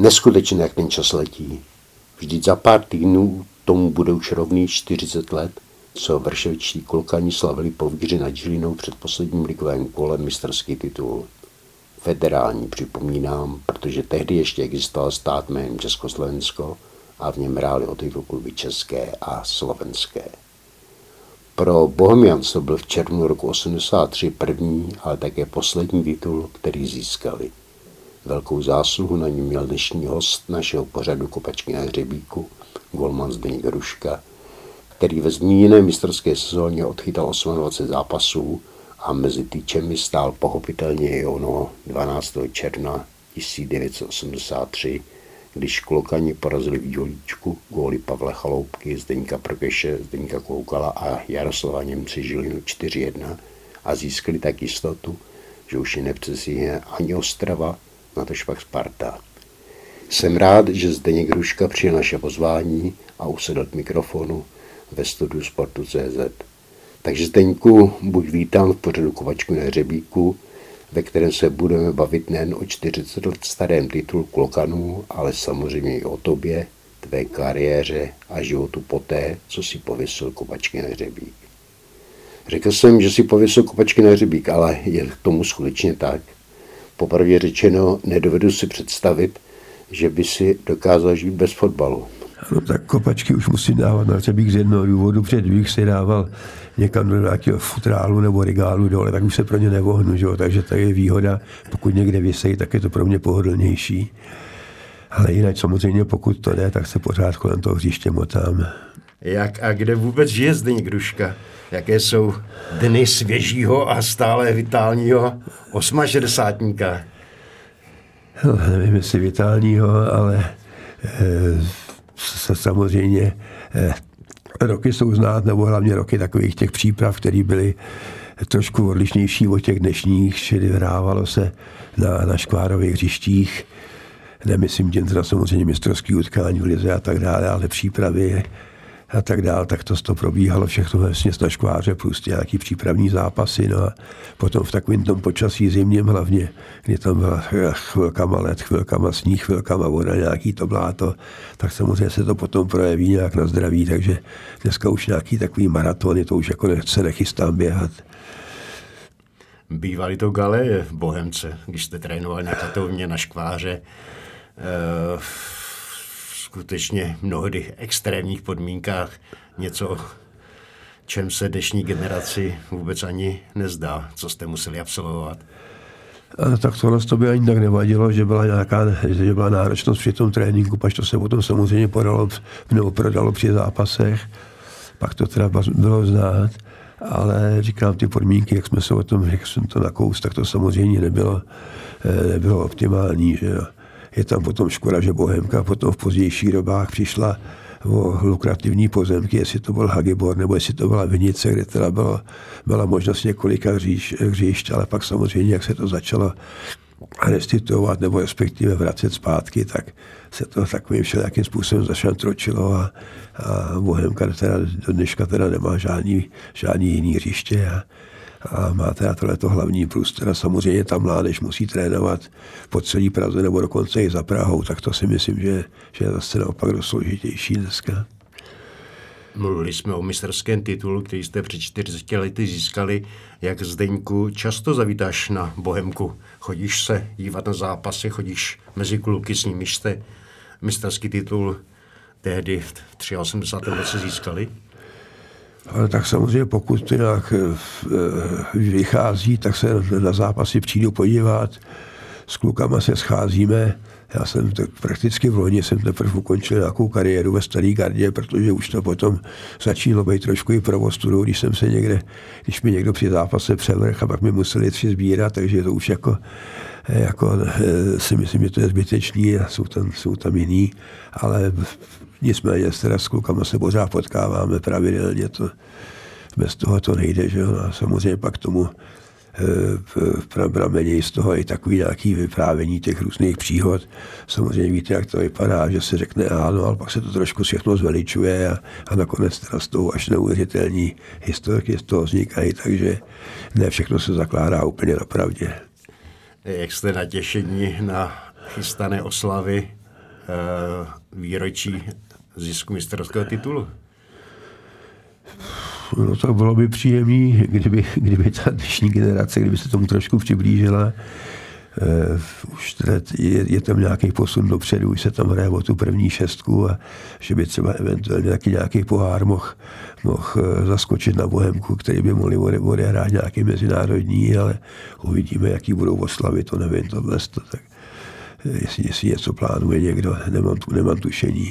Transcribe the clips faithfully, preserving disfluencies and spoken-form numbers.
Neskutečně, jak ten čas letí. Vždyť za pár týdnů tomu bude už rovných čtyřicet let, co vršovičtí klokani slavili po výhře nad Žilinou před posledním ligovým kolem mistrovský titul. Federální, připomínám, protože tehdy ještě existoval stát jménem Československo a v něm hráli o titul kluby české a slovenské. Pro Bohemians to byl v červnu roku osmdesát tři první, ale také poslední titul, který získali. Velkou zásluhu na ní měl dnešní host našeho pořadu Kopačky na hřebíku, golman Zdeněk Hruška, který ve zmíněné mistrovské sezóně odchytal dvacet osm zápasů a mezi týčemi stál pochopitelně i ono dvanáctého června tisíc devět set osmdesát tři, když klokani porazili v Dělíčku góly Pavla Chaloupky, Zdeňka Prkeše, Zdeňka Koukala a Jaroslava Němce Žilinu čtyři jedna a získali tak jistotu, že už je nepřesíhne ani Ostrava, natož pak Sparta. Jsem rád, že Zdeněk Hruška přijel naše pozvání a usedl k mikrofonu ve studiu Sportu tečka cé zet. Takže Zdeňku, buď vítám v pořadu Kopačku na hřebíku, ve kterém se budeme bavit nejen o čtyřicet let starém titulu klokanů, ale samozřejmě i o tobě, tvé kariéře a životu poté, co si pověsil kopačky na hřebík. Řekl jsem, že si pověsil kopačky na hřebík, ale je k tomu skutečně tak. Popravdě řečeno, nedovedu si představit, že by si dokázal žít bez fotbalu. No tak kopačky už musím dávat na hřebík z jednoho důvodu, protože kdybych si dával někam do nějakého futrálu nebo regálu dole, tak už se pro ně nevohnu, že? Takže to je výhoda. Pokud někde vysejí, tak je to pro mě pohodlnější. Ale jinak samozřejmě, pokud to jde, tak se pořád kolem toho hřiště motám. Jak a kde vůbec žije Zdeněk Hruška? Jaké jsou dny svěžího a stále vitálního osmašedesátníka? No, nevím, jestli vitálního, ale eh, samozřejmě eh, roky jsou znát, nebo hlavně roky takových těch příprav, které byly trošku odlišnější od těch dnešních, čili hrávalo se na, na škvárových hřištích. Nemyslím jen teda samozřejmě mistrovský utkání v lize a tak dále, ale přípravy a tak dále, tak to, to probíhalo všechno vlastně na škváře plus nějaký přípravní zápasy. No a potom v takovém tom počasí zimním hlavně, kdy tam byla chvilkama led, chvilkama sníh, chvilkama voda, nějaký to bláto, tak samozřejmě se to potom projeví nějak na zdraví, takže dneska už nějaký takový maratony, to už jako se nechystám běhat. Bývaly to galeje v Bohemce, když jste trénovali na katovně, na škváře, e, skutečně mnohdy extrémních podmínkách, něco, čem se dnešní generaci vůbec ani nezdá, co jste museli absolvovat. A tak tohle to by ani tak nevadilo, že byla nějaká že byla náročnost při tom tréninku, pač to se potom samozřejmě podalo, nebo prodalo při zápasech, pak to teda bylo znát, ale říkám, ty podmínky, jak jsme se o tom, jak jsem to nakous, tak to samozřejmě nebylo, nebylo optimální, že jo. Je tam potom škoda, že Bohemka potom v pozdějších dobách přišla o lukrativní pozemky, jestli to byl Hagibor, nebo jestli to byla Vinice, kde teda bylo, byla možnost několika hřišť, ale pak samozřejmě, jak se to začalo restituovat nebo respektive vracet zpátky, tak se to takovým všelijakým způsobem zašantročilo a, a Bohemka teda do dneška teda nemá žádný, žádný jiný hřiště a, a má teda tohleto hlavní plus. Teda samozřejmě ta mládež musí trénovat po celý Praze nebo dokonce i za Prahou, tak to si myslím, že, že je zase naopak dost složitější dneska. Mluvili jsme o mistrovském titulu, který jste před čtyřiceti lety získali. Jak Zdeňku, často zavítáš na Bohemku? Chodíš se dívat na zápasy, chodíš mezi kluky, s nimiž jste mistrovský titul tehdy v osmdesátém třetím roce získali? Ale tak samozřejmě, pokud to nějak vychází, tak se na zápasy přijdu podívat. S klukama se scházíme. Já jsem tak prakticky v loni jsem teprve ukončil nějakou kariéru ve Staré Gardě, protože už to potom začínalo být trošku i provostudu, když jsem se někde, když mi někdo při zápase převrch a pak mi museli tři sbírat, takže to už jako, jako si myslím, že to je zbytečný a jsou tam, jsou tam jiný, ale nicméně teda s klukama se pořád potkáváme pravidelně, to, bez toho to nejde, že jo, a samozřejmě pak tomu pramení z toho i takový nějaký vyprávění těch různých příhod. Samozřejmě víte, jak to vypadá, že se řekne ano, ale pak se to trošku všechno zveličuje a, a nakonec teda z toho až neuvěřitelní historiky z toho vznikají, takže ne všechno se zakládá úplně na pravdě. Jak jste natěšení na chystané oslavy výročí zisku mistrovského titulu? No to bylo by příjemný, kdyby, kdyby ta dnešní generace, kdyby se tomu trošku přiblížila. Uh, už teda je, je tam nějaký posun dopředu, už se tam hraje o tu první šestku a že by třeba eventuálně taky nějaký pohár mohl mohl zaskočit na Bohemku, který by mohli ode, odehrát nějaký mezinárodní, ale uvidíme, jaký budou oslavy, to nevím, tohle, to, tak jestli, jestli něco plánuje někdo, nemám, nemám tušení.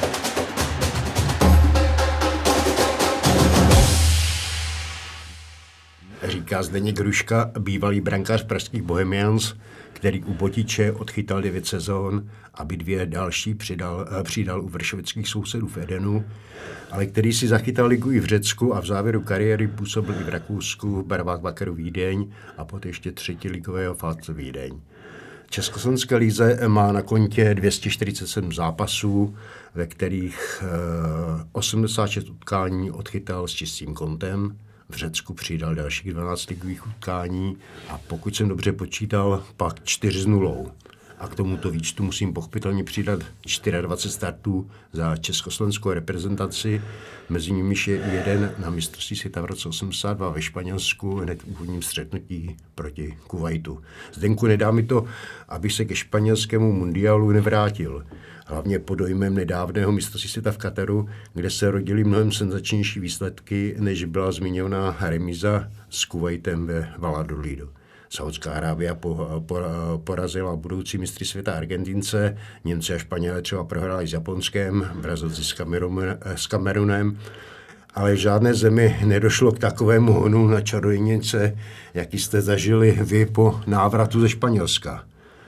Říká Zdeněk Hruška, bývalý brankář pražských Bohemians, který u Botiče odchytal devět sezón, aby dvě další přidal, přidal u vršovických sousedů v Edenu, ale který si zachytal ligu i v Řecku a v závěru kariéry působil i v Rakousku, v barvách Wakeru Vídeň a poté ještě třetí ligového Falce Vídeň. Československé lize má na kontě dvě stě čtyřicet sedm zápasů, ve kterých osmdesát šest utkání odchytal s čistým kontem. V Řecku přidal dalších dvanáct ligových utkání a pokud jsem dobře počítal, pak čtyři s nulou. A k tomuto výčtu musím pochopitelně přidat dvacet čtyři startů za československou reprezentaci, mezi nimiž je jeden na mistrovství světa v roce osmdesát dva ve Španělsku, hned v úvodním střetnutí proti Kuvajtu. Zdenku, nedá mi to, abych se ke španělskému mundialu nevrátil. Hlavně pod dojmem nedávného mistrovství světa v Kataru, kde se rodily mnohem senzačnější výsledky, než byla zmiňovaná remíza s Kuvajtem ve Valladolidu. Saudská Arábie po, po, porazila budoucí mistry světa Argentince, Němci a Španělé třeba prohráli s Japonskem, Brazilci s, s Kamerunem, ale v žádné zemi nedošlo k takovému honu na čarodějnice, jaký jste zažili vy po návratu ze Španělska.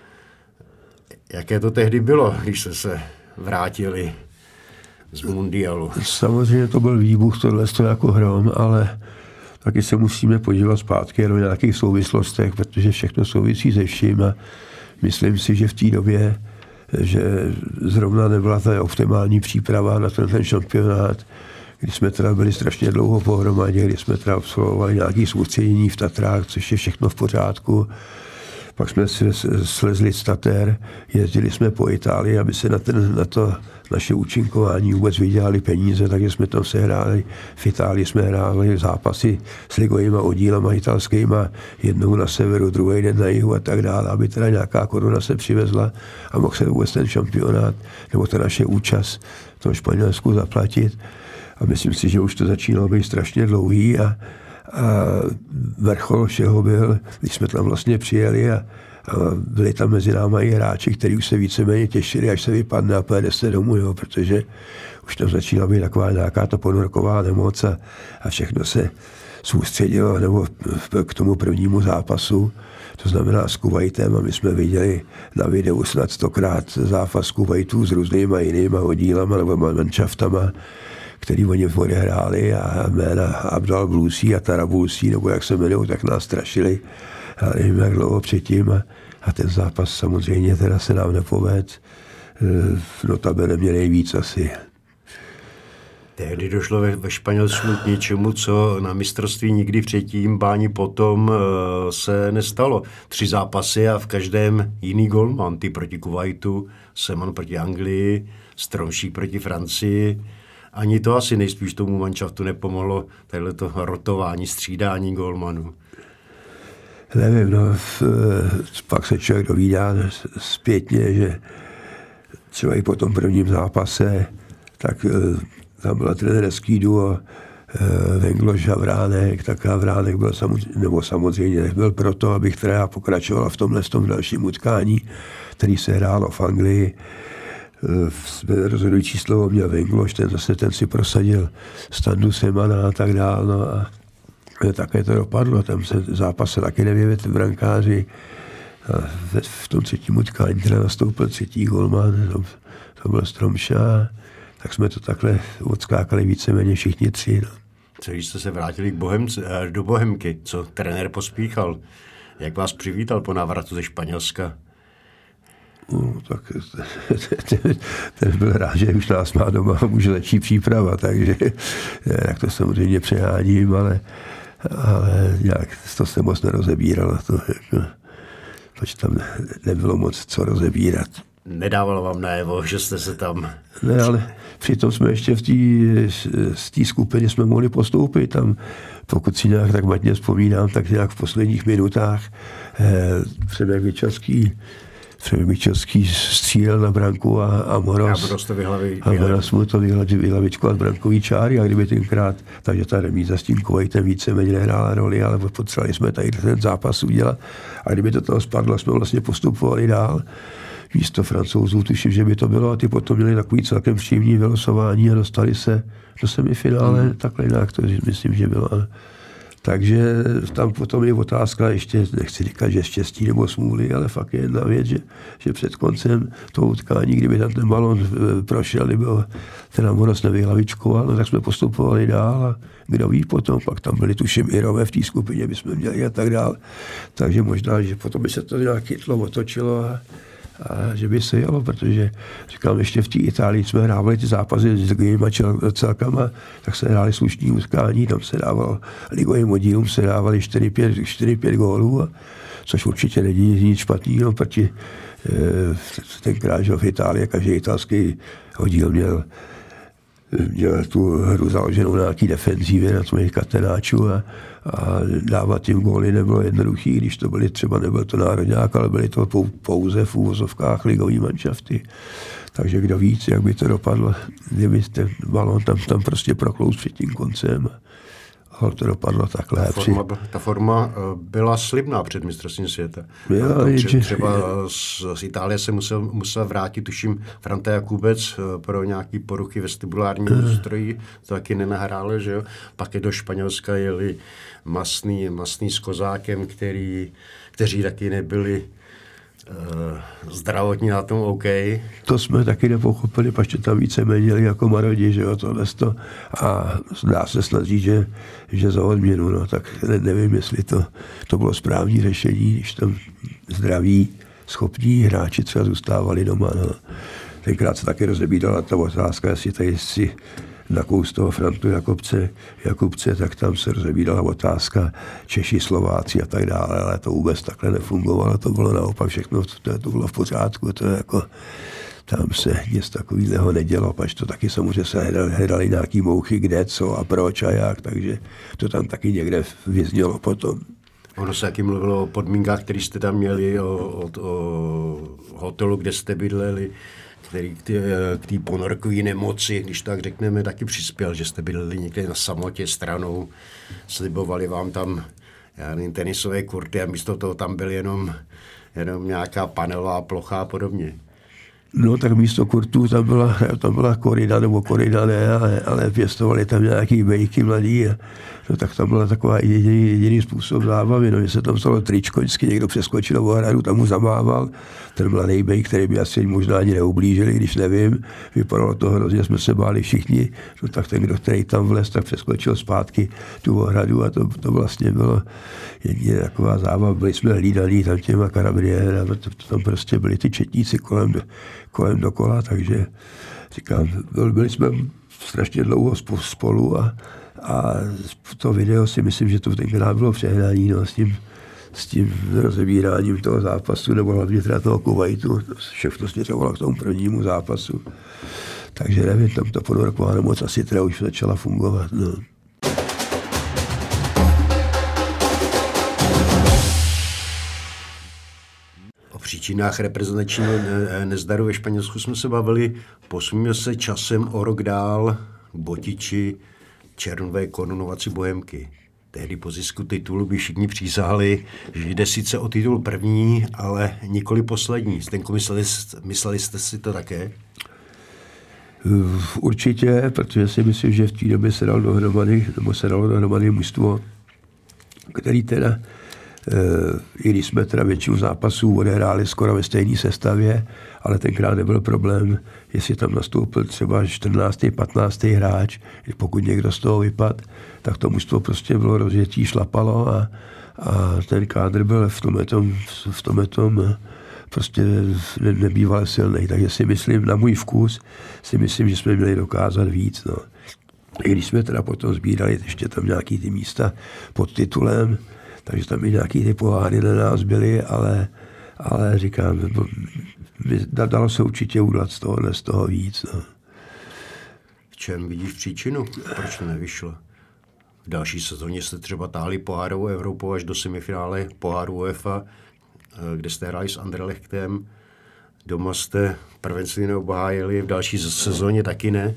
Jaké to tehdy bylo, když jste se vrátili z mundialu? Samozřejmě to byl výbuch, tohle to jako hrom, ale taky se musíme podívat zpátky do nějakých souvislostech, protože všechno souvisí se vším a myslím si, že v té době, že zrovna nebyla ta optimální příprava na ten, ten šampionát, kdy jsme teda byli strašně dlouho pohromadě, kdy jsme teda absolvovali nějaké soustředění v Tatrách, což je všechno v pořádku. Pak jsme slezli z Tater, jezdili jsme po Itálii, aby se na, ten, na to naše účinkování vůbec vydělali peníze, takže jsme tam se hráli, v Itálii jsme hráli zápasy s ligovýma oddílama italskýma, jednou na severu, druhý den na jihu a tak dále, aby teda nějaká koruna se přivezla a mohl se vůbec ten šampionát nebo ta naše účast v tom Španělsku zaplatit. A myslím si, že už to začínalo být strašně dlouhý a A vrchol všeho byl, když jsme tam vlastně přijeli a, a byli tam mezi náma i hráči, kteří už se víceméně těšili, až se vypadne a pojede se domů, jo, protože už tam začíná být taková nějaká ta ponorková nemoc a, a všechno se soustředilo nebo k tomu prvnímu zápasu, to znamená s Kuvajtem, a my jsme viděli na videu snad stokrát zápas Kuvajtů s různýma jinýma oddílama nebo manšaftama, který oni odehráli a jména Abdal Blusi a Tarabulsi, nebo jak se jmenují, tak nás strašili. Já nevím, jak dlouho předtím. A, a ten zápas samozřejmě teda se nám nepovedl. Notabene mě nejvíc asi. Tehdy došlo ve, ve Španělsku k něčemu, co na mistrovství nikdy předtím, ba ani potom e, se nestalo. Tři zápasy a v každém jiný golman. Ty proti Kuvajtu, Seman proti Anglii, Stromšík proti Francii. Ani to asi nejspíš tomu manšaftu nepomohlo, tato rotování, střídání golmanů. Nevím, no, v, pak se člověk dovídá zpětně, že třeba i po tom prvním zápase, tak tam byla trenérský duo Vengloš a Vránek, tak a Vránek byl samozřejmě, nebo samozřejmě byl proto, abych teda pokračoval v tomhle v tom dalším utkání, který se hrálo v Anglii. Rozhodující slovo měl Vengloš, ten zase ten si prosadil Standu Semana a tak dále. No a také to dopadlo, tam se zápas se taky nevěděli brankáři. A v tom třetím utkání teda nastoupil třetí golman, to, to byl Stromša, tak jsme to takhle odskákali víceméně všichni tři. No. Co když jste se vrátili k Bohemce, do Bohemky, co trenér Pospíchal, jak vás přivítal po návratu ze Španělska? No, tak ten, ten byl rád, že už nás má doma už lepší příprava, takže jak to samozřejmě přeháním, ale, ale nějak to se moc nerozebíralo, to, jako, protože tam nebylo moc co rozebírat. nedávalo vám najevo, že jste se tam... Ne, ale přitom jsme ještě v té z té skupiny jsme mohli postoupit. Tam, pokud si nějak tak matně vzpomínám, tak nějak v posledních minutách eh, Přemek Vyčovský Přemek Vyčovský střílel na branku a, a Moros to vyhlavi, a Moros mu to vyhlavičkoval z brankový čáry, a kdyby tenkrát, takže ta remíza s tím Kuvajtem víceméně nehrála roli, ale potřebovali jsme tady ten zápas udělat, a kdyby to toho spadlo, jsme vlastně postupovali dál. Místo Francouzů, tuším, že by to bylo, a ty potom měli takový celkem příjemný vylosování a dostali se do semifinále, hmm. takhle jinak to myslím, že bylo. Takže tam potom je otázka, ještě nechci říkat, že štěstí nebo smůly, ale fakt je jedna věc, že, že před koncem toho utkání, kdyby tam ten balon prošel, kdyby ten Moros nevyhlavičkoval, no tak jsme postupovali dál, a kdo ví potom, pak tam byli tuším Irové v té skupině, bychom měli a tak dál. Takže možná, že potom by se to nějak chytlo, otočilo a a že by se jelo, protože říkám, ještě v té Itálii jsme hrávali ty zápasy s ligovými celkama, tak se hráli slušní utkání, tam se dávalo ligovým oddílům, se dávali čtyři pět gólů, a, což určitě není nic špatného, protože e, tenkrát, že v Itálii každý italský oddíl měl měl tu hru založenou na nějaký defenzívě, na těch katenáčů, a, a dávat tím góly nebylo jednoduchý, když to byly třeba, nebyl to národňák, ale byly to pouze v úvozovkách ligový manšafty. Takže kdo víc, jak by to dopadlo, kdyby ten balón tam, tam prostě proklous před tím koncem. A to dopadlo takhle. Ta forma, ta forma byla slibná před mistrovstvím světa. Já, Tře, třeba z, z Itálie se musel, musel vrátit, tuším, Franta Jakubec pro nějaký poruchy vestibulárního ústrojí, to taky nenahrálo, že jo. Pak je do Španělska jeli masný, masný s kozákem, který, kteří taky nebyli Uh, zdravotní na tom OK. To jsme taky nepochopili, protože tam více měli jako Marodi, že jo, tohle to. A dá se snad říct, že, že za odměnu, no, tak ne, nevím, jestli to, to bylo správné řešení, když tam zdraví, schopní hráči třeba zůstávali doma, no. Tenkrát se taky rozebídala ta otázka, jestli tady si na kus toho Frantu Jakubce, Jakubce, tak tam se rozebídala otázka Češi, Slováci a tak dále, ale to vůbec takhle nefungovalo, to bylo naopak všechno, to, to bylo v pořádku, to jako, tam se nic takového nedělo, pač to taky samozřejmě se hledali nějaký mouchy, kde, co a proč a jak, takže to tam taky někde vyznělo potom. Ono se taky mluvilo o podmínkách, které jste tam měli, o, o, o hotelu, kde jste bydleli, který k té ponorkové nemoci, když tak řekneme, taky přispěl, že jste bydleli někde na samotě stranou, slibovali vám tam, já nevím, tenisové kurty, a místo toho tam byl jenom, jenom nějaká panelová plocha a podobně. No tak místo kurtů tam byla, tam byla korida nebo korida ne, ale, ale pěstovali tam nějaký bejky mladý. A, no tak tam byla taková jediný, jediný způsob zábavy, no, že se tam stalo tričko, vždycky někdo přeskočil do ohradu, tam mu zamával. Ten mladý bejk, který by asi možná ani neublížili, když nevím, vypadalo to hrozně, jsme se báli všichni, no tak ten, kdo který tam vlez, tak přeskočil zpátky tu ohradu, a to, to vlastně bylo jedině taková zábava. Byli jsme hlídaný tam těma karabinéry, tam prostě byli ty četníci kolem, kolem dokola, takže říkám, byli jsme strašně dlouho spolu, a, a to video si myslím, že to tenkrát bylo přehnání, no, s tím, s tím rozebíráním toho zápasu, nebo hlavně teda toho Kuvajtu, všechno směřovalo k tomu prvnímu zápasu. Takže nevím, tam ta ponorková nemoc asi teda už začala fungovat. No. O příčinách reprezentačního nezdaru ve Španělsku jsme se bavili, posuneme se časem o rok dál k Botiči, červnové korunovaci Bohemky. Tehdy po zisku titulu by všichni přísahali, že jde sice o titul první, ale nikoli poslední. Zdenko, mysleli, mysleli jste si to také? Určitě, protože si myslím, že v té době se dal dohromady, nebo se dalo dohromady mužstvo, který teda, i když jsme teda většinu zápasů odehráli skoro ve stejné sestavě, ale tenkrát nebyl problém, jestli tam nastoupil třeba čtrnáctý patnáctý hráč, pokud někdo z toho vypad, tak to mužstvo prostě bylo rozjetí, šlapalo, a, a ten kádr byl v tomhle tom, v tomhle tom prostě ne, nebýval silný. Takže si myslím, na můj vkus, si myslím, že jsme měli dokázat víc. No. I když jsme teda potom sbírali ještě tam nějaký ty místa pod titulem, takže tam i nějaký ty poháry na nás byly, ale, ale říkám, dalo se určitě udělat z toho, z toho víc. No. V čem vidíš příčinu? Proč to nevyšlo? V další sezóně jste třeba táhli pohárovou Evropu až do semifinále poháru UEFA, kde jste hráli s Anderlechtem. Doma jste prvenství neobhájili, v další sezóně taky ne.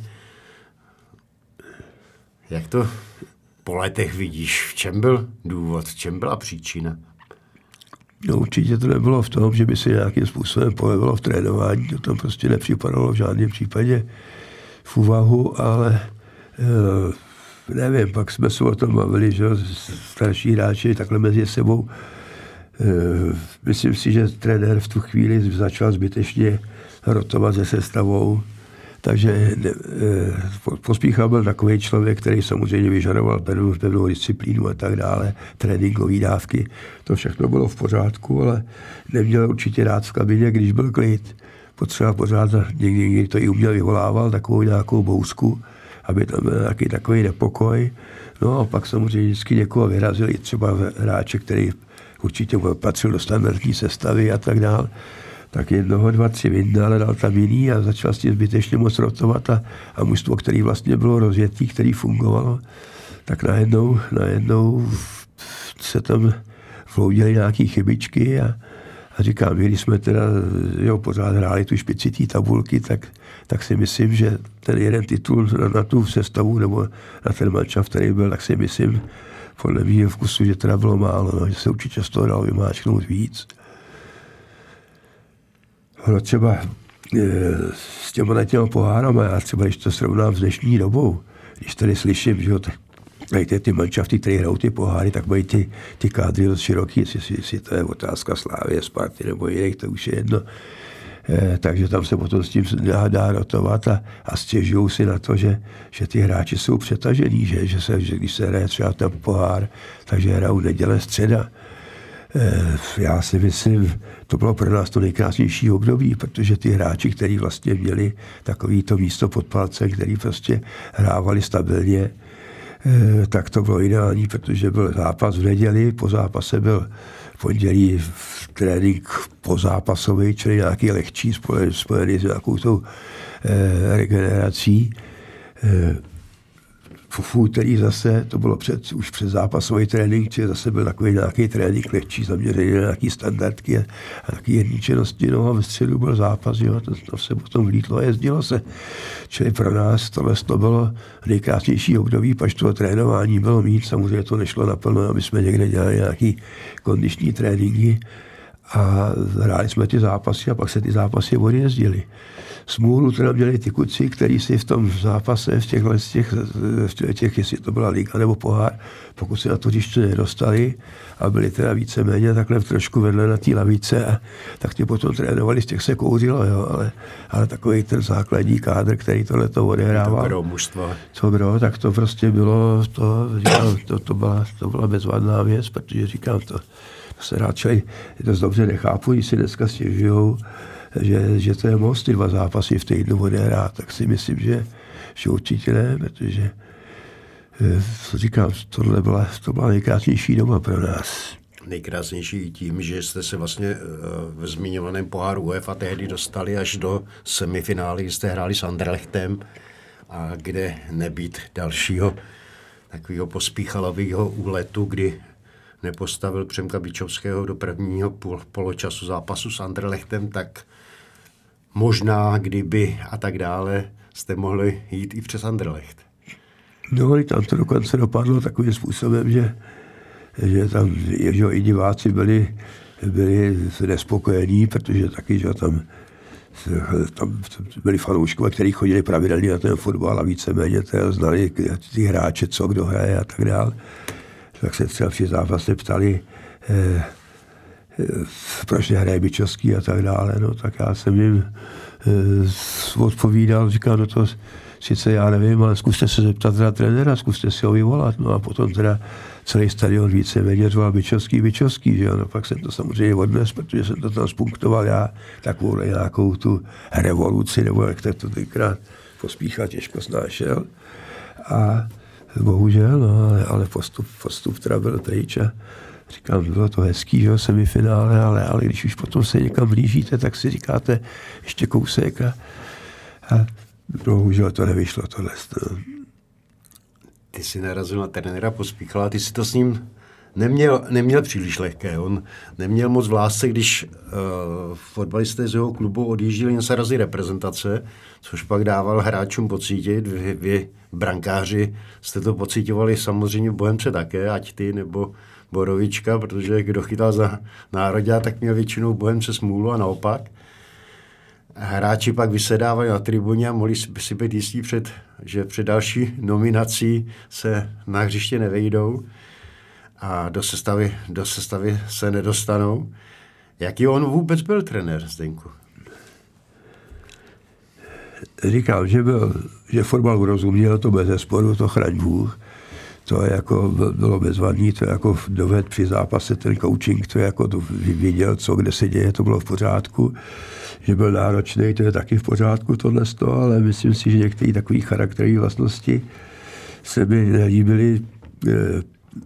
Jak to po letech vidíš? V čem byl důvod? V čem byla příčina? No určitě to nebylo v tom, že by se nějakým způsobem polevilo v trénování. To tam prostě nepřipadalo v žádném případě v úvahu, ale e, nevím, pak jsme se o tom bavili, že starší hráči takhle mezi sebou. E, myslím si, že trenér v tu chvíli začal zbytečně rotovat se sestavou. Takže e, Pospíchal byl takový člověk, který samozřejmě vyžadoval pevnou, pevnou disciplínu a tak dále, tréninkové dávky. To všechno bylo v pořádku, ale neměl určitě rád v kabině, když byl klid. Potřeba pořád, někdy, někdy to i uměl vyvolával, takovou nějakou bouřku, aby tam byl nějaký takový nepokoj. No a pak samozřejmě vždycky někoho vyrazili, třeba hráče, který určitě patřil do standardní sestavy a tak dále. Tak jednoho, dva, tři vyndal, dal tam jiný a začal s tím zbytečně moc rotovat a, a mužstvo, který vlastně bylo rozjetý, který fungovalo, tak najednou, najednou se tam vloudily nějaký chybičky a, a říkám, když jsme teda jo, pořád hráli tu špici té tabulky, tak, tak si myslím, že ten jeden titul na, na tu sestavu nebo na ten mančaft, který byl, tak si myslím, podle mého vkusu, že teda bylo málo, no, že se určitě z toho dalo vymáčknout víc. No třeba e, s těma těma pohárama, já třeba, když to srovnám s dnešní dobou, když tady slyším, že jo, tak ty, ty manšafty, které hrajou ty poháry, tak mají ty, ty kádry dost široký, jestli, jestli to je otázka Slávie, Sparty nebo jiných, to už je jedno. E, takže tam se potom s tím dá, dá rotovat a, a stěžují si na to, že, že ty hráči jsou přetažený, že, že, se, že když se hraje třeba ten pohár, takže hrajou neděle, středa. Já si myslím, to bylo pro nás to nejkrásnější období, protože ty hráči, kteří vlastně měli takový to místo pod palcem, který prostě hrávali stabilně, tak to bylo ideální, protože byl zápas v neděli, po zápase byl v pondělí trénink pozápasový, čili nějaký lehčí spojený s nějakou tou regenerací. V úterý zase, to bylo před, už před zápasový trénink, či zase byl takový nějaký trénink lehčí, zaměřený na nějaký standardky a, a taky jedničenosti, no a ve středu byl zápas, jo, to, to se potom vlítlo a jezdilo se. Čili pro nás tohle to bylo nejkrásnější období, pač toho trénování bylo mít, samozřejmě to nešlo naplno, aby jsme někde dělali nějaký kondiční tréninky a hráli jsme ty zápasy a pak se ty zápasy odjezdili. Smůlu teda měli ty kuci, který si v tom zápase, v těchhle, z těch, v těch, jestli to byla liga nebo pohár, pokud se na to hřiště nedostali a byli teda víceméně takhle trošku vedle na té lavice, a tak ty potom trénovali, z těch se kouřilo, jo, ale, ale takový ten základní kádr, který tohle to odehrával, to mužstva. Co bylo, tak to prostě bylo, to, říkám, to, to, byla, to byla bezvadná věc, protože říkám to, to se rád člověk dost dobře nechápu, když si dneska stěžujou, Že, že to je moc, ty dva zápasy v týdnu odehrát, tak si myslím, že, že určitě ne, protože říkám, tohle byla, to byla nejkrásnější doba pro nás. Nejkrásnější tím, že jste se vlastně ve zmiňovaném poháru UEFA tehdy dostali až do semifinály, jste hráli s Anderlechtem a kde nebýt dalšího takového pospíchalového úletu, kdy nepostavil Přemka Bičovského do prvního půl, poločasu zápasu s Anderlechtem, tak možná, kdyby a tak dále, jste mohli jít i přes Anderlecht. No, tam to dokonce dopadlo takovým způsobem, že, že tam že i diváci byli, byli nespokojení, protože taky, že tam, tam byli fanouškové, kteří chodili pravidelně na ten fotbal a víceméně znali ty hráče, co kdo hraje a tak dále. Tak se třeba při zápase ptali, eh, eh, proč nehraje Bičovský a tak dále. No, tak já jsem jim eh, odpovídal, říkal, no to sice já nevím, ale zkuste se zeptat teda trenéra, zkuste si ho vyvolat. No a potom teda celý stadion víceméně řval Bičovský, Bičovský, že jo. No pak jsem to samozřejmě odnes, protože jsem to tam spunktoval já, takovou nějakou tu revoluci, nebo jak to tenkrát Pospíchal těžko snášel. A bohužel, no, ale postup, postup teda byl pryč a Říkám, bylo to hezký, že semifinále, ale, ale když už potom se někam blížíte, tak si říkáte ještě kousek a, a bohužel to nevyšlo tohle. Ty jsi narazil na trenéra Pospíchala, ty jsi to s ním neměl, neměl příliš lehké. On neměl moc v lásce, když uh, fotbalisté z jeho klubu odjížděli na srazí reprezentace, což pak dával hráčům pocítit. Vy, vy brankáři jste to pocitovali samozřejmě v Bohemce také, ať ty nebo Borovička, protože kdo chytal za národě, tak měl většinou v Bohemce smůlu a naopak. Hráči pak vysedávali na tribuně a mohli si být jistí, před, že před další nominací se na hřiště nevejdou a do sestavy, do sestavy se nedostanou. Jaký on vůbec byl trenér, Zdeňku? Říkám, že, byl, že fotbal rozuměl, to bez sporu, to chraň Bůh. To jako bylo bezvadný, to jako doved při zápase ten coaching, to jako to viděl, co kde se děje, to bylo v pořádku. Že byl náročný, to je taky v pořádku tohle, ale myslím si, že některé takové charakterové vlastnosti se mi nelíbily. E,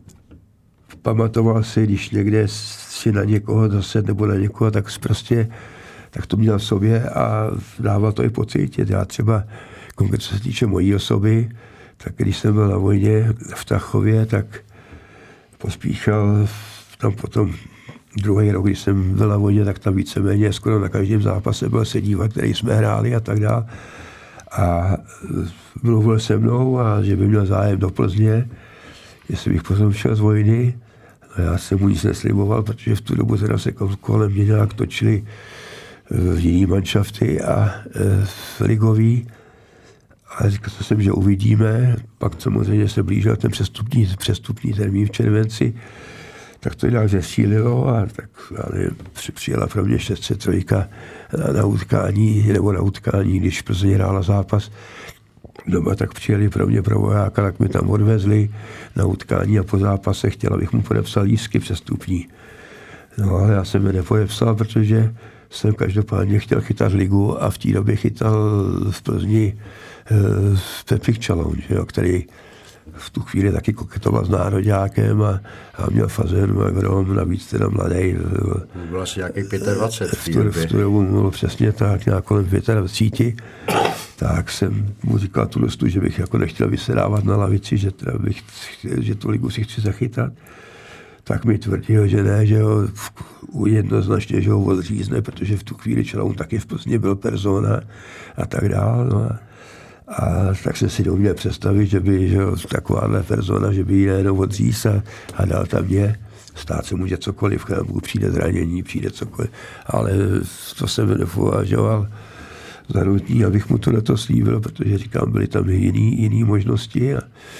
pamatoval si, když někde si na někoho zase nebo na někoho, tak prostě tak to měl v sobě a dával to i pocítit. Já třeba, konkrétně se týče mojí osoby, tak když jsem byl na vojně v Tachově, tak Pospíchal tam potom druhý rok, když jsem byl na vojně, tak tam víceméně skoro na každém zápase byl se dívat, který jsme hráli a tak dále. A mluvil se mnou a že by měl zájem do Plzně, jestli bych potom šel z vojny. A já jsem mu nic nesliboval, protože v tu dobu teda se kolem mě nějak točili jiný manšafty a ligový. Ale říkal jsem, že uvidíme. Pak samozřejmě se blížil ten přestupní, přestupní termín v červenci. Tak to nějak zesílilo a tak ale přijela pro mě šest set tři na, na utkání, nebo na utkání, když Plzeň hrála zápas doma, tak přijeli pro mě pro vojáka, tak mi tam odvezli na utkání a po zápase chtěl, abych mu podepsal lístky přestupní. No ale já jsem je nepodepsal, protože jsem každopádně chtěl chytat ligu a v té době chytal v Plzni uh, Pepik Čaloun, který v tu chvíli taky koketoval s nároďákem a, a měl fazénu a grom, navíc teda mladý. Byl asi nějaký dvacet pět v té době. V tu dobu bylo přesně tak, nějak kolem dvacet pět. Tak jsem mu říkal tu dostu, že bych jako nechtěl vysedávat na lavici, že, teda bych, že tu ligu si chci zachytat. Tak mi tvrdil, že ne, že ho jednoznačně, že ho odřízne, protože v tu chvíli Čaloun taky v Plzni byl persona a tak dále. No a, a tak jsem si neuměl představit, že by že takováhle persona, že by ji nejenom odříz a, a dal tam mě. Stát se může cokoliv, v přijde zranění, přijde cokoliv. Ale to jsem nepovažoval za nutný, abych mu tohleto slíbil, protože říkám, byly tam jiný, jiný možnosti. A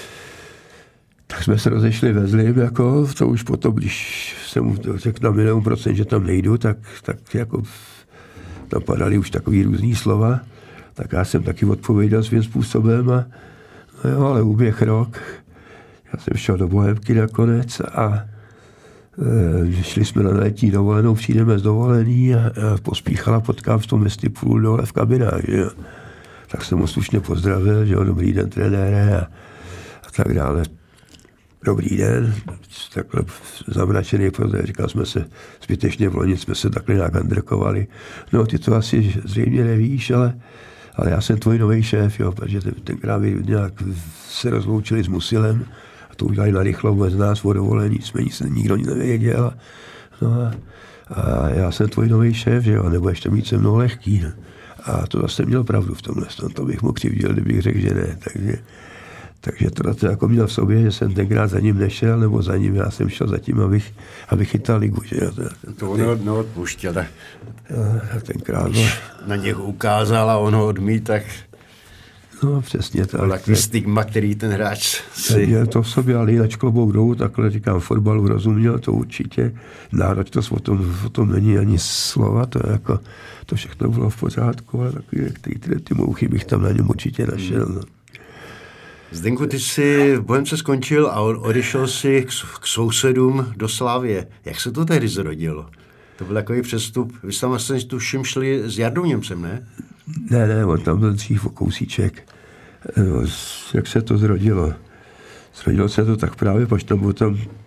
tak jsme se rozešli ve zlým, jako to už potom, když jsem mu řekl na milion procent, že tam nejdu, tak, tak jako tam padaly už takový různý slova. Tak já jsem taky odpověděl svým způsobem a no jo, ale uběh rok. Já jsem šel do Bohemky nakonec a e, šli jsme na letní dovolenou, přijdeme z dovolení a, a Pospíchala potkám v tom vestipulu dole v kabinách, že jo. Tak jsem ho slušně pozdravil, že jo, dobrý den, trenére a, a tak dále. Dobrý den, takhle zamračený, protože říkal jsme se zbytečně v loni, jsme se takhle nějak andrkovali. No, ty to asi zřejmě nevíš, ale, ale já jsem tvůj nový šéf, jo, protože tenkrát nějak se rozloučili s Musilem a to udělali narychlo bez nás o dovolení, jsme nic, nikdo nic nevěděl. No a, a já jsem tvůj nový šéf, že jo, nebudeš to mít se mnou lehký. Ne? A to zase měl pravdu v tomhle, to bych mu křivděl, kdybych řekl, že ne, takže Takže to, to jako měl v sobě, že jsem tenkrát za ním nešel, nebo za ním, já jsem šel za tím, abych, abych chytal ligu. Že? To, to on neodpuštěl. Tak tenkrát, no. Na něho ukázal a on ho odmít, tak no, přesně tak. Takový stigma, který ten hráč si... Měl to v sobě, ale jinak klobouk dolů, takhle říkám, fotbalu rozuměl, to určitě. Náročnost o tom, o tom není ani slova, to je jako, to všechno bylo v pořádku, ale takový, ty, ty, ty mouchy bych tam na něm určitě našel. No. Zdenku, ty jsi v Bohemce skončil a odešel si k, k sousedům do Slavie. Jak se to tehdy zrodilo? To byl takový přestup. Vy tam asi tuším šli s Jardou Němcem, ne? Ne, ne, on tam byl dřív o kousíček. No, jak se to zrodilo? Zrodilo se to tak právě, protože tam byl tam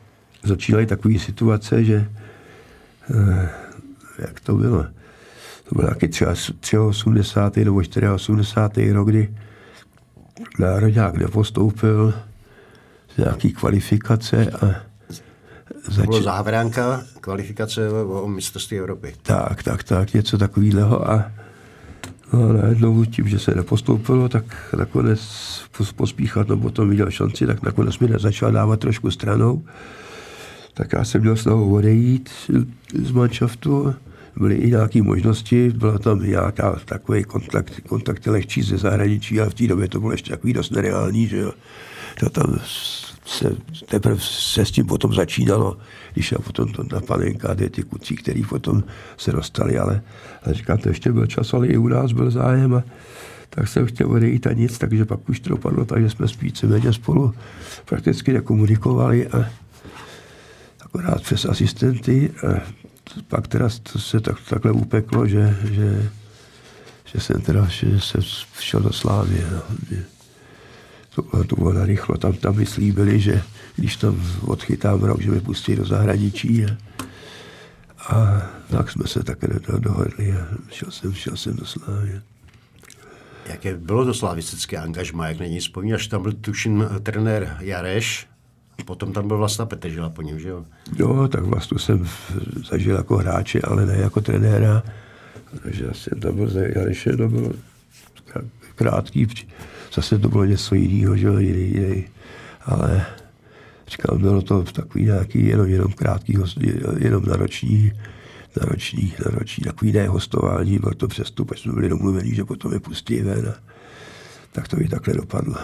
začínaly takové situace, že eh, jak to bylo? To byl taky třeba osmdesátý nebo osmdesátý čtyři rok, kdy národňák nepostoupil z nějaký kvalifikace a to bylo závránka kvalifikace o mistrovství Evropy. Tak, tak, tak, něco takového a no, najednou tím, že se nepostoupilo, tak nakonec pospíchat, no potom viděl šanci, tak nakonec mi začal dávat trošku stranou. Tak já jsem měl snahu odejít z manšaftu, byly i nějaké možnosti, byla tam nějaká takový kontakt, kontakt lehčí ze zahraničí, ale v té době to bylo ještě takový dost nereální, že jo. To tam se, teprve se s tím potom začínalo, když já potom to na panenka, ty kucí, který potom se dostali, ale, ale říkám, to ještě byl čas, ale i u nás byl zájem a tak jsem chtěl odejít a nic, takže pak už to dopadlo, takže jsme víceméně spolu prakticky nekomunikovali a akorát přes asistenty a pak teda to se tak, takhle upeklo, že, že, že jsem teda že jsem šel do Slávie. No. To bylo, to bylo narychlo. Tam, tam mi slíbili, že když tam odchytám rok, že mě pustí do zahraničí. A, a tak jsme se také dohodli a šel jsem, šel jsem do Slávie. Jaké bylo to slavistické angažmá, jak na něj vzpomínáš? Tam byl tuším trenér Jareš, potom tam byl Vlasta Petržela po něm, že jo? Jo, tak Vlastu jsem zažil jako hráče, ale ne jako trenéra. Takže jsem tam byl za Jareše, to bylo krátký, zase to bylo něco jiného, že jo, jiný, jiný. Ale říkám, bylo to takový nějaký jenom, jenom krátký, jenom náročný, náročný, náročný, takový ne hostování, bylo to přestup, až jsme byli domluvení, že potom je pustí ven a tak to i takhle dopadlo.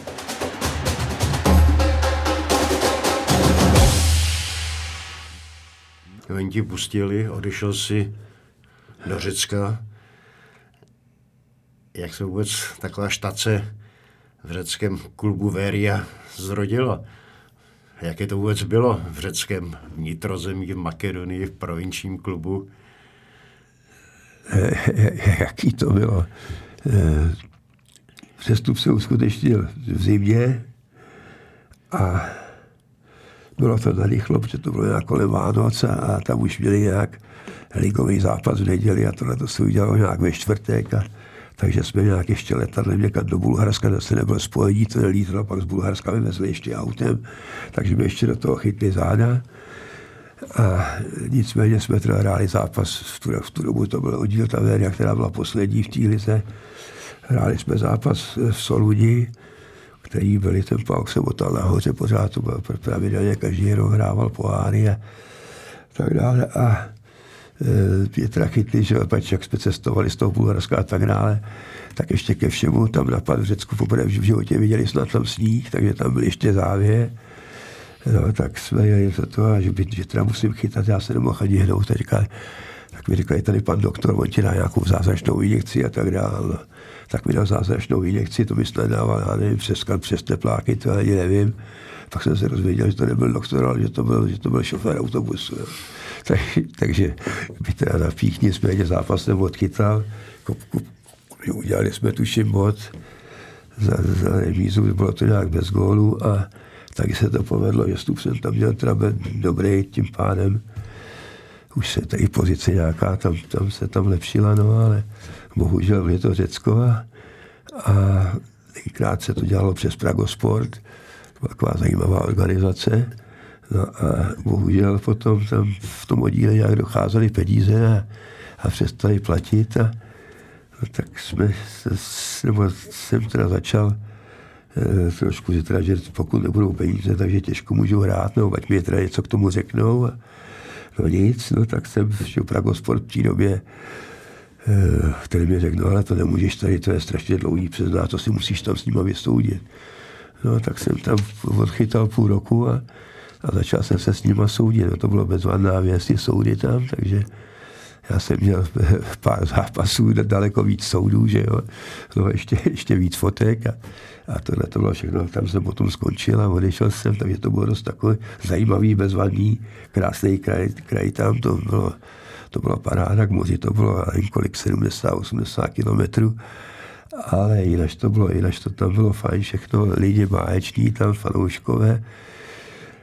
Oni ti pustili, odešel si do Řecka. Jak se vůbec taková štace v řeckém klubu Veria zrodila? Jaké to vůbec bylo v řeckém vnitrozemí, v Makedonii, v provinčním klubu? Jaký to bylo? Přestup se uskutečnil v zimě a bylo to narychlo, protože to bylo nějak kolem Vánoc a tam už měli nějak ligový zápas v neděli a tohle to se udělalo nějak ve čtvrtek. A, takže jsme nějak ještě letadlem někam do Bulharska, zase nebylo spojení, to nelítalo, pak z Bulharska vyvezli ještě autem, takže jsme ještě do toho chytli záda. A nicméně jsme teda hráli zápas, v tu, v tu dobu to byl oddíl ta Veria, která byla poslední v té lize. Hráli jsme zápas v Soluni, který byli, ten pálk se motal nahoře, pořád to byl pravidelně, každý rok hrával poháry a tak dále. A e, Pětra chytli, že pač jak jsme cestovali z toho Bulharska a tak dále, tak ještě ke všemu tam napad v Řecku poprvé v životě viděli snad tam sníh, takže tam byl ještě závěr. No, tak jsme jeli za to, a že, by, že teda musím chytat, já se nemohl ani hnout. Tak, říkali, tak mi říkali, tady pan doktor, on ti dá nějakou zázračnou injekci a tak dále. No. Tak mi dal zázračnou injekci, to mi snad dával, já nevím, přes, přes tepláky, to ani nevím. Pak jsem se rozvěděl, že to nebyl doktor, ale že to byl, že to byl šofér autobusu. Jo. Tak, takže by teda na píchni jsme zápas nebo odchytal, kopku, udělali jsme tuším bod za, za remízu, bylo to nějak bez gólu a taky se to povedlo, že vstup jsem tam měl teda dobrý, tím pádem už se tady pozice nějaká, tam, tam se tam lepšila, no ale bohužel je to Řecko a, a tenkrát se to dělalo přes Pragosport, taková zajímavá organizace, no a bohužel potom tam v tom oddíle nějak docházely peníze a, a přestali platit a no, tak jsme, nebo jsem teda začal e, trošku, že, teda, že pokud nebudou peníze, takže těžko můžu hrát, no ať mi teda něco k tomu řeknou a no nic, no tak jsem šel Pragosport v té době, e, který mi řekl, no ale to nemůžeš tady, to je strašně dlouhý přezná, to si musíš tam s nima vysoudit. No tak jsem tam odchytal půl roku a, a začal jsem se s nima soudit, no to bylo bezvadná věc, soudy tam, takže já jsem měl pár zápasů, daleko víc soudů, že jo, no ještě, ještě víc fotek a, a tohle to bylo všechno, tam jsem potom skončil a odešel jsem, takže to bylo dost takový zajímavý, bezvadný, krásný kraj, kraj tam, to bylo, to byla paráda, k moři to bylo nevím kolik, sedmdesát osmdesát kilometrů, ale jinak to bylo, jinak to tam bylo fajn, všechno lidi báječní tam, fanouškové,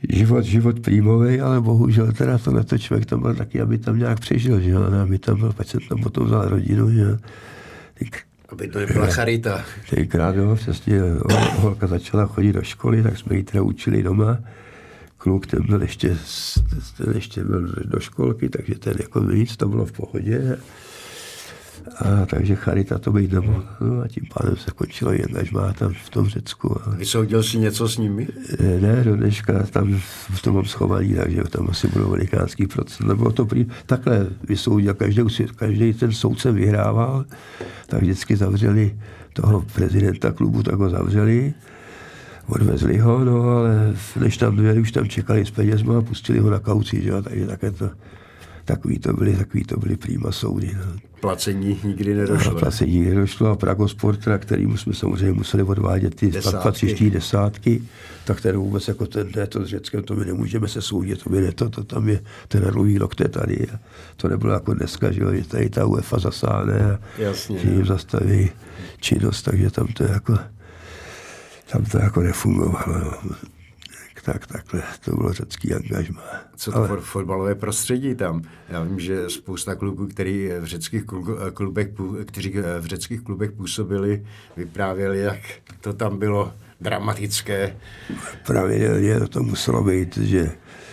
život, život prímovej, ale bohužel teda tohleto člověk tam byl taky, aby tam nějak přežil, že jo, aby tam byl, pak jsem tam potom vzal rodinu, že jo. Aby to nebyla charita. Tenkrát, jo, přesně, holka začala chodit do školy, tak jsme ji teda učili doma. Kluk, ten byl ještě, ten ještě byl do školky, takže ten jako nic, to bylo v pohodě. A takže charita to být nemohla. No a tím pádem se končilo jen, až má tam v tom Řecku. A... Vysoudil jsi něco s nimi? Ne, do dneška tam v tom mám schovaný, takže tam asi bylo velikánský procent. Nebylo to prý... Takhle vysoudil, každý, každý ten soudce vyhrával, tak vždycky zavřeli toho prezidenta klubu, tak ho zavřeli. Odvezli ho, no ale než tam dojeli, už tam čekali s penězma a pustili ho na kauci, že jo, takže také to, takový to byly, takový to byly prýma soudy, no. Placení nikdy nedošlo. A placení nikdy nedošlo a Pragosport, na kterýmu jsme samozřejmě museli odvádět ty patřiští desátky, tak ten vůbec jako ten, ne, to s Řeckem, to my nemůžeme se soudit, to my ne, to, to tam je ten dlouhý rok, to je tady a to nebylo jako dneska, že jo, že tady ta UEFA zasáhne a jasně, že jim zastaví činnost, takže tam to jako tam to jako nefungovalo. No. Tak takhle, to bylo řecký angažmá. Co to ale... fotbalové prostředí tam? Já vím, že spousta klubů, který v řeckých klubech, kteří v řeckých klubech působili, vyprávěli, jak to tam bylo dramatické. Pravidelně to muselo být, že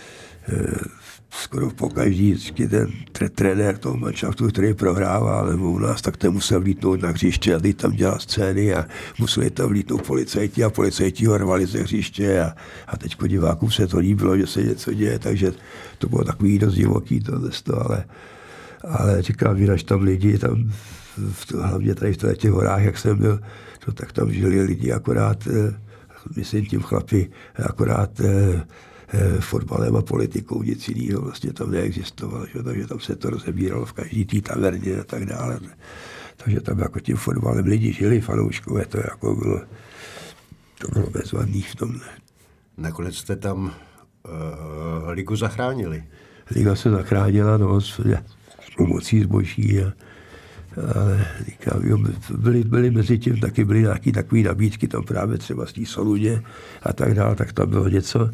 skoro pokaždý ten trenér toho manšaftu, který prohrával, nebo u nás, tak ten musel vlítnout na hřiště a teď tam dělal scény a museli tam vlítnout policajti a policajti ho rvali ze hřiště a, a teďko divákům se to líbilo, že se něco děje, takže to bylo takový dost divoký to, ale, ale říkám, že tam lidi, tam v, hlavně tady v těch horách, jak jsem byl, to, tak tam žili lidi akorát, myslím tím chlapi, akorát fotbalem a politikou, nic jiného vlastně tam neexistovalo, že? Takže tam se to rozebíralo v každý té taverně a tak dále. Takže tam jako tím fotbalem lidi žili, fanouškové, to jako bylo, to bylo bezvadný v tom. Nakonec jste tam uh, ligu zachránili. Liga se zachránila, no, s pomocí zboží a ale říkám, jo, byly, byly mezi tím taky byly nějaké takové nabídky, tam právě třeba z té Soludě a tak dále, tak tam bylo něco,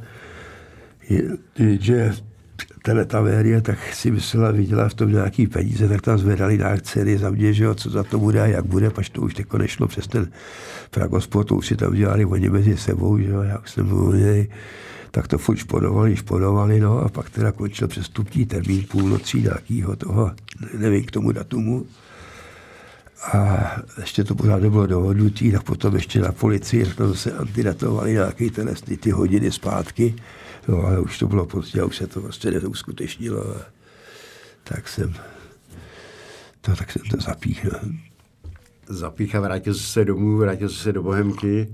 že tahle tavérie, tak si myslela, viděla v tom nějaký peníze, tak tam zvedali nějak ceny za mě, že jo, co za to bude a jak bude, pač to už jako nešlo přes ten Pragosport, to už si tam dělali oni mezi sebou, že jo, jak jsem mluvil, tak to furt šponovali, šponovali, no a pak teda končil přestupní termín půlnocí nějakého toho, nevím k tomu datumu. A ještě to pořád nebylo dohodnutí, tak potom ještě na policii, tam se antidatovali nějaké ty, ty hodiny zpátky, no ale už to bylo pozdě, už se to prostě neuskutečnilo. A tak jsem to, tak jsem to zapíchl. Zapích a vrátil jsi se domů, vrátil jsi se do Bohemky,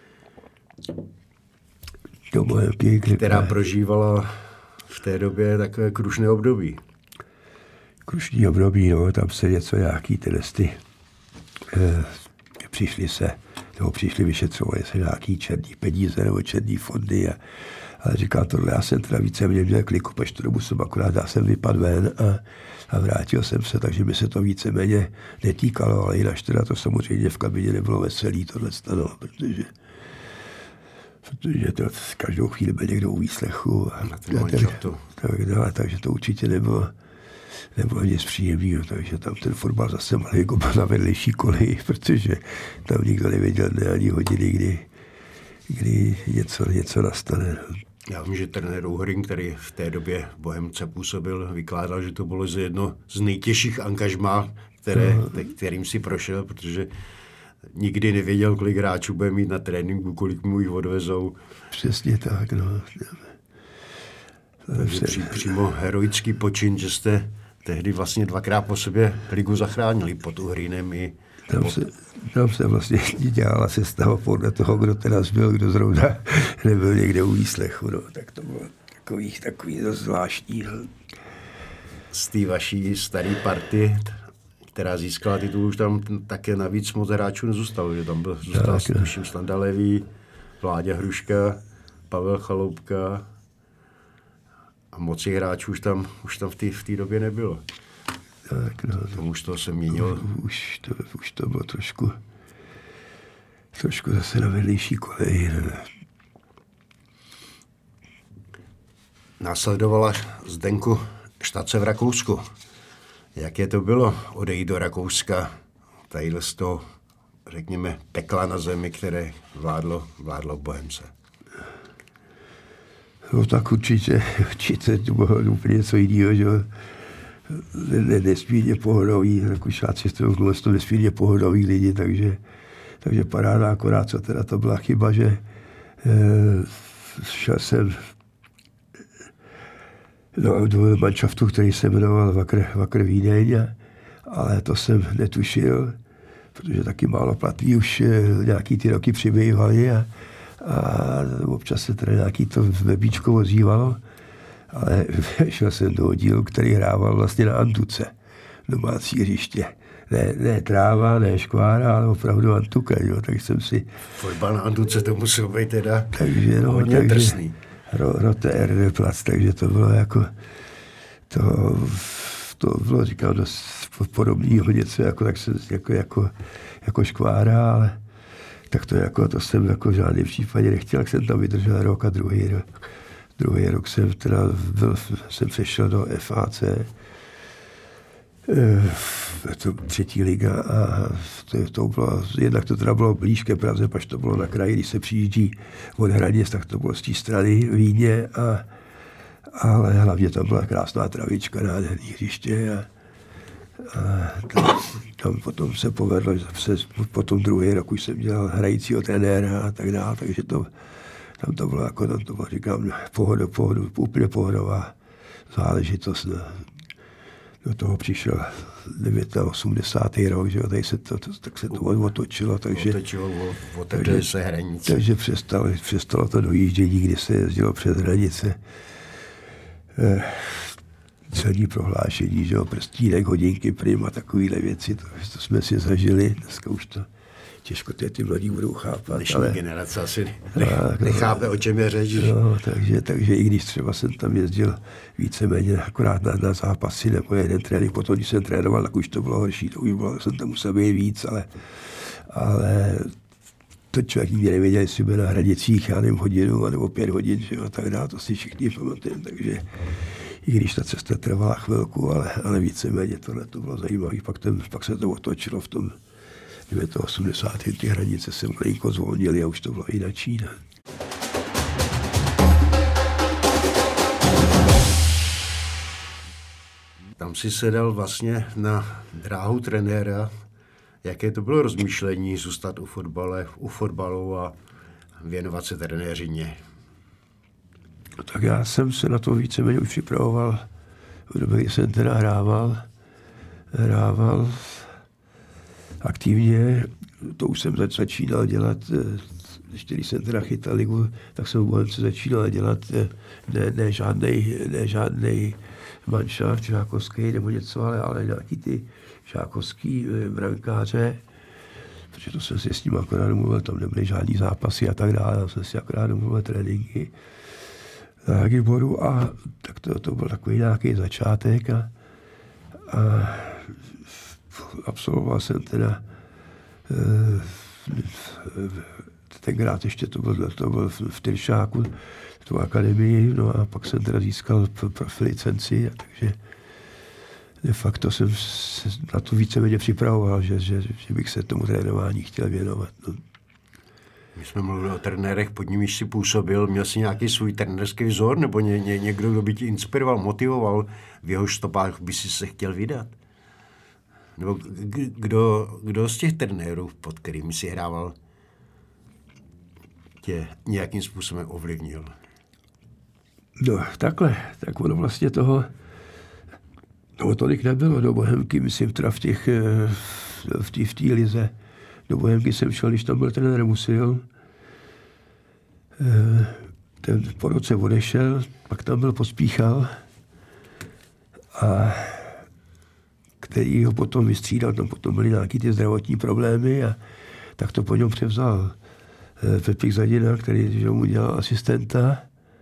do Bohemky, která prožívala v té době takové krušné období. Krušní období, no, tam se něco nějaký ty listy eh, přišli se, nebo přišli vyšetřovali se nějaký černý peníze nebo černý fondy a, ale říkal tohle, já jsem teda více mě měl kliku, pač tu dobu jsem akorát, já jsem vypadl ven a, a vrátil jsem se, takže mi se to víceméně netýkalo, ale jinak teda to samozřejmě v kabině nebylo veselý tohle stalo, protože protože to každou chvíli byl někdo u výslechu a, a tak, tak dále, takže to určitě nebylo nebylo nic příjemného, takže tam ten fotbal zase malinko byl na vedlejší koleji, protože tam nikdo nevěděl ne ani hodiny, kdy, kdy něco, něco nastane. Já vím, že trenér Uhrin, který v té době v Bohemce působil, vykládal, že to bylo z jedno z nejtěžších angažmá, které, no. kterým si prošel, protože nikdy nevěděl, kolik hráčů bude mít na tréninku, kolik mu jich odvezou. Přesně tak, no. Takže pří, přímo heroický počin, že jste tehdy vlastně dvakrát po sobě ligu zachránili pod Uhrinem i... Tam se, tam se vlastně dělala sestava podle toho, kdo teda byl, kdo zrovna nebyl někde u výslechu, no. Tak to bylo takový, takový dost zvláštní. Z té vaší staré party, která získala titul, už tam také navíc moc hráčů nezůstalo, že tam byl, zůstal s tuším Standa Levý, Vláďa Hruška, Pavel Chaloupka, a moc hráčů už tam, už tam v té v té době nebylo. Tak, no, to už to se měnilo. Už to, už to bylo trošku, trošku zase na vedlejší koleji. Následovala Zdenku štace v Rakousku. Jaké to bylo odejít do Rakouska, tady z toho, řekněme, pekla na zemi, které vládlo, vládlo v Bohemce? No tak určitě, určitě to bylo úplně něco jiného, že ne, nesmírně pohodový, Rakušáci z toho to nesmírně pohodový lidi, takže, takže paráda, akorát co teda to byla chyba, že eh, šel jsem do, do manšaftu, který se jmenoval Vakr, Vakr Vídeň, ale to jsem netušil, protože taky málo platví už nějaký ty roky přibývaly a, a občas se tady nějaký to webíčko ozývalo, ale šel jsem do oddílu, který hrával vlastně na antuce, domácí hřiště. Ne, ne tráva, ne škvára, ale opravdu antuka, jo, tak jsem si... Fotbal na antuce to muselo být teda takže, no, hodně takže, drsný. Ro, Rote Erde Plac, takže to bylo jako... To, to bylo, říkám, dost podobného něco, jako, tak se, jako, jako, jako škvára, ale tak to, jako, to jsem jako v žádném případě nechtěl, jak jsem tam vydržel rok a druhý rok. Druhý rok jsem teda byl, jsem přešel do F A C, to třetí liga a to, to bylo, jednak to teda bylo blíž ke Praze, pač to bylo na kraji, když se přijíždí od hranic, tak to bylo z té strany Vídně, a, ale hlavně tam byla krásná travička, nádherný hřiště a, a tam, tam potom se povedlo, že se, potom druhý rok už jsem dělal hrajícího trenéra a tak dále, takže to, tam to bylo jako, tam to bylo, říkám, pohodu, pohodu, úplně pohodová záležitost. No. Do toho přišel osmdesátý rok, že jo, tady se to, to, tak se to otočilo, takže... Otočilo, otevřely se hranice. Takže přestalo, přestalo to dojíždění, kdy se jezdilo přes hranice. Eh, celní prohlášení, že jo, prstínek, hodinky, prim a takovýhle věci, to, to jsme si zažili, dneska už to těžko ty, ty mladí budou chápat. Dnešní ale generace asi nech, nechápe, o čem je řeč. No, takže, takže i když třeba jsem tam jezdil víceméně akorát na, na zápasy nebo jeden trénink, potom když jsem trénoval, tak už to bylo horší, to už bylo, jsem tam musel být víc, ale, ale to člověk nikdy nevěděl, jestli byl na hranicích, já nevím, hodinu nebo pět hodin, že jo, tak dále, to si všichni pamatujeme, takže i když ta cesta trvala chvilku, ale, ale víceméně tohle to bylo zajímavé, pak, ten, pak se to otočilo v tom osmdesátých ty hranice se malinko zvolnily a už to bylo jinačí. Ne? Tam si sedal vlastně na dráhu trenéra. Jaké to bylo rozmýšlení zůstat u, fotbale, u fotbalu a věnovat se trenéřině? No, tak já jsem se na to víceméně už připravoval. V době, kdy jsem teda hrával, hrával aktivně, to už jsem začínal dělat, když jsem teda chytal ligu, tak jsem v Bohemce začínal dělat ne, ne žádnej, ne žádnej manšaft žákovský nebo něco, ale, ale nějaký ty žákovský brankáře, protože to jsem si s ním akorát domluvil, tam nebyly žádný zápasy a tak dále, tam jsem si akorát domluvil tréninky na Giboru a tak to, to byl takový nějaký začátek a, a absolvoval jsem teda tenkrát ještě to byl, to byl v Tyršáku, tu akademii, no a pak jsem teda získal profi licenci, takže de facto jsem se na to víceméně připravoval, že, že, že bych se tomu trénování chtěl věnovat. No. My jsme mluvili o trenérech, pod nimiž si působil. Měl jsi nějaký svůj trenérský vzor nebo ně, ně, někdo, kdo by ti inspiroval, motivoval, v jehož stopách by si se chtěl vydat? Nebo kdo, kdo z těch trenérů, pod kterými si hrával, tě nějakým způsobem ovlivnil? No takhle, tak ono vlastně toho, toho tolik nebylo do Bohemky, myslím teda v těch, v té v té lize. Do Bohemky jsem šel, když tam byl trenér Musil. Ten po roce odešel, pak tam byl Pospíchal, a který ho potom vystřídal, tam potom byly nějaký ty zdravotní problémy a tak to po něm převzal Pepík Zadina, který že mu dělal asistenta.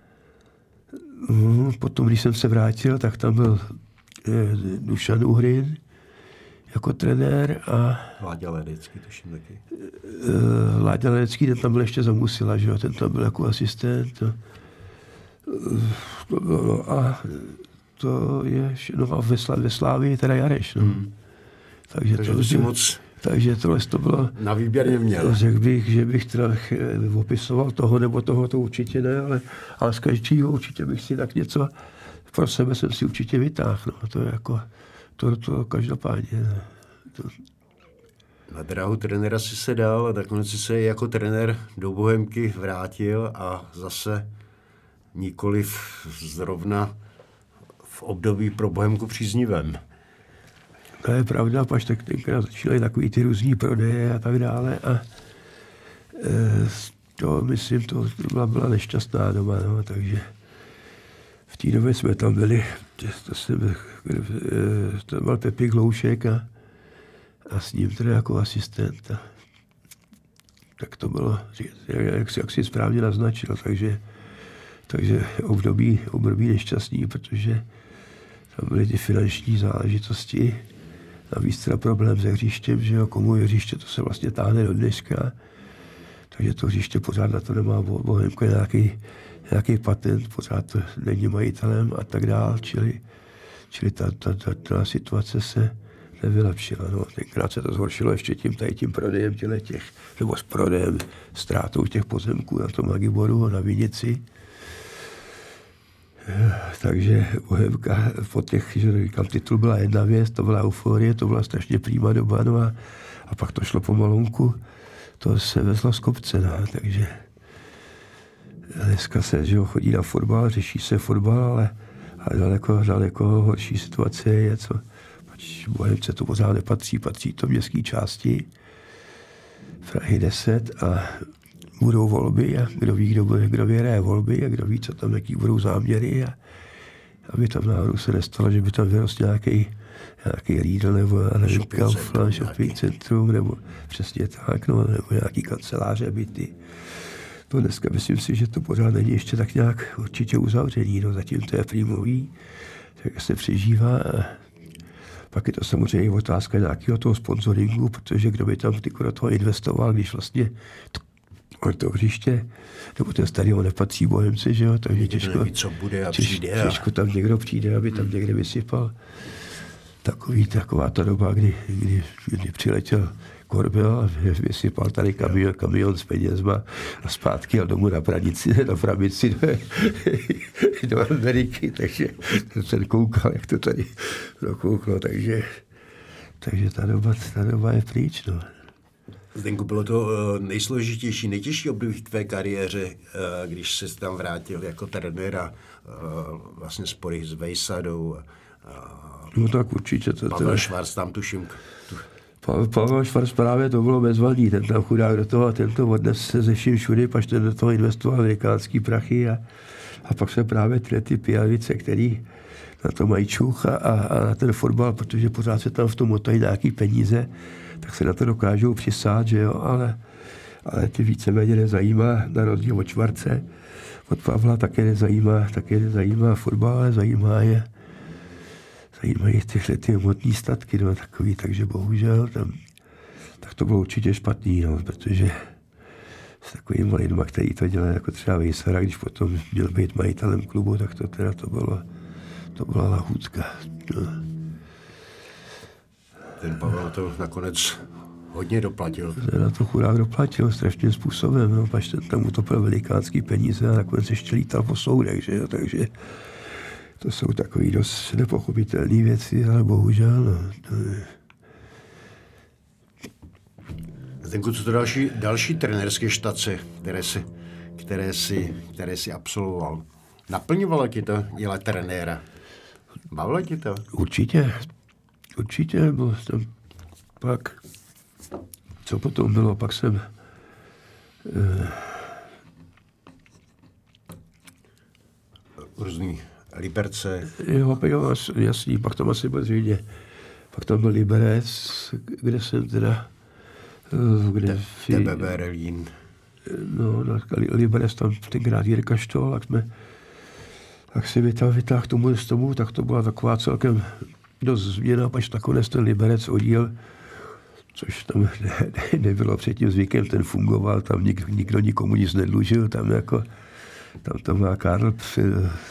Potom, když jsem se vrátil, tak tam byl Dušan Uhrin jako trenér a Láďa Ledecký, tuším taky. Láďa Ledecký, ten tam byl ještě za Musila, že jo, ten tam byl jako asistent. To bylo, no a to je, no a ve, Slá, ve Slávii teda Jareš, no. Hmm. Takže, takže to, to si moc takže tohle to bylo... Na výběr neměl. Řekl bych, že bych teda opisoval toho nebo toho, to určitě ne, ale, ale z každého určitě bych si tak něco pro sebe jsem si určitě vytáhl. No. To je jako, to, to každopádně. Ne. To... Na dráhu trenéra si se dal a nakonec si se jako trenér do Bohemky vrátil a zase nikoliv zrovna v období pro Bohemku příznivém. To je pravda, pač tak tenkrát začínaly takový ty různý prodeje a tak dále a e, to, myslím, to byla, byla nešťastná doba, no, takže v té době jsme tam byli, to, jsem, to byl Pepi Gloušek a, a s ním teda jako asistent. A, tak to bylo, jak, jak si správně naznačil, takže, takže období, období nešťastný, protože tam byly ty finanční záležitosti. Navíc teda problém se hřištěm, že jo, komu je hřiště, to se vlastně táhne do dneška. Takže to hřiště pořád na to nemá Bohemka nějaký, nějaký patent, pořád to není majitelem a tak dál. Čili, čili ta, ta, ta, ta situace se nevylepšila. No. Tenkrát se to zhoršilo ještě tím, tady tím prodejem těch, nebo s prodejem, ztrátou těch pozemků na tom Magiboru, na Vinici. Takže Bohemka po těch, že říkám, titul byla jedna věc, to byla euforie, to byla strašně prýma doba, no a, a pak to šlo pomalonku, to se vezlo z kopce, no, takže dneska se, že jo, chodí na fotbal, řeší se fotbal, ale, ale daleko, daleko horší situace je, co, pač Bohemce to pořád nepatří, patří to městské části, Prahy deset a budou volby a kdo ví, kdo, bude, kdo vyhraje volby a kdo ví, co tam, jaký budou záměry a aby tam náhodou se nestalo, že by tam vyrost nějaký nějaký Riedl nebo nevím, Kaufland, shopping centrum, nebo přesně tak, no, nebo nějaký kanceláře, byty. To dneska myslím si, že to pořád není ještě tak nějak určitě uzavřený, no, zatím to je prýmový, tak se přežívá a pak je to samozřejmě otázka nějakého toho sponsoringu, protože kdo by tam do toho investoval, když vlastně to to hřiště, nebo ten stadion nepatří Bohemce, že jo, takže těžko, neví, co bude a těž, přijde. těžko tam někdo přijde, aby tam někde vysypal. Takový, taková ta doba, kdy, kdy, kdy přiletěl Korbel a vysypal tady kamion, kamion s penězma a zpátky a domů na Pranici, na Pravici do, do Ameriky, takže jsem koukal, jak to tady dokouklo, takže, takže ta doba, ta doba je pryč, no. Zdenku, bylo to nejsložitější, nejtěžší období v tvé kariéře, když se tam vrátil jako trenéra, vlastně spory s Vejsadou. No tak určitě. To, Pavel Švarc tam tuším. Pa, Pavel Švarc právě to bylo bezvadný, ten tam chudák do toho a ten to odnes se ze vším všudy, pač ten do toho investoval amerikánský prachy a, a pak se právě tyhle ty pijavice, který na to mají čuch a, a na ten fotbal, protože pořád se tam v tom motají nějaký peníze, tak se na to dokážou přisát, že jo, ale, ale ty víceméně nezajímá, na rozdíl od Švarce, od Pavla také nezajímá, také nezajímá fotbal, ale zajímá je, zajímají tyhle ty hmotný statky, no, takový, takže bohužel tam, tak to bylo určitě špatný, no, protože s takovými lidmi, který to dělali, jako třeba Vejsara, když potom měl být majitelem klubu, tak to teda to bylo, to byla lahůdka, no. Ten Pavel to nakonec hodně doplatil. Ten na to chudák doplatil strašným způsobem, no, pač ten tam utopil velikánský peníze a nakonec ještě lítal po soudech, že jo, takže to jsou takový dost nepochopitelné věci, ale bohužel, no, to je... Zdenku, co to další, další trenérské štace, které si, které si, které si absolvoval? Naplňovalo ti to dělat trenéra? Bavilo ti to? Určitě. Určitě, bylo tam pak, co potom bylo, pak jsem eh, různý Liberce. Jo, jo, jasný, pak tam asi byl zřejmě, pak tam byl Liberec, kde jsem teda, kde... T B B Relín. No, no, Liberec tam tenkrát Jirka Štol, tak jsme, tak si vytáhl, vytáhl tomu z tomu, tak to byla taková celkem dost změna, pač nakonec ten Liberec odjel, což tam ne, ne, nebylo předtím zvykem, ten fungoval, tam nik, nikdo nikomu nic nedlužil, tam jako tam to má Karl při,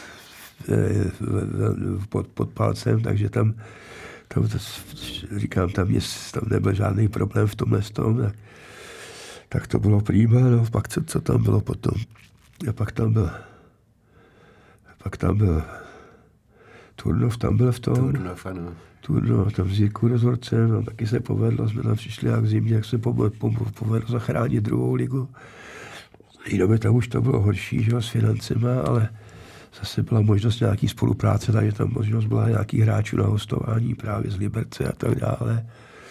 pod, pod palcem, takže tam, tam to, říkám, tam, je, tam nebyl žádný problém v tomhle tom, tak, tak to bylo prýma, no, pak co, co tam bylo potom, a pak tam byl, pak tam byl Turnov, tam byl v tom, Turnov, ano. Turnov, tam s Jirkou Rozorcem, a taky se povedlo, jsme tam přišli jak v zimě, jak se povedlo zachránit druhou ligu. V té době tam už to bylo horší, že, s financema, ale zase byla možnost nějaký spolupráce, takže tam možnost byla nějakých hráčů na hostování právě z Liberce a tak dále.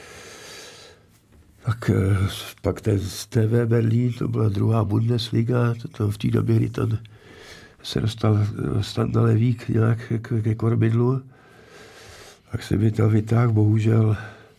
Tak pak ten z T V Berlín, to byla druhá Bundesliga, to, to v té době, kdy tam se dostal Standa Levík nějak ke, ke kormidlu, tak se mi tam vytáhl, bohužel,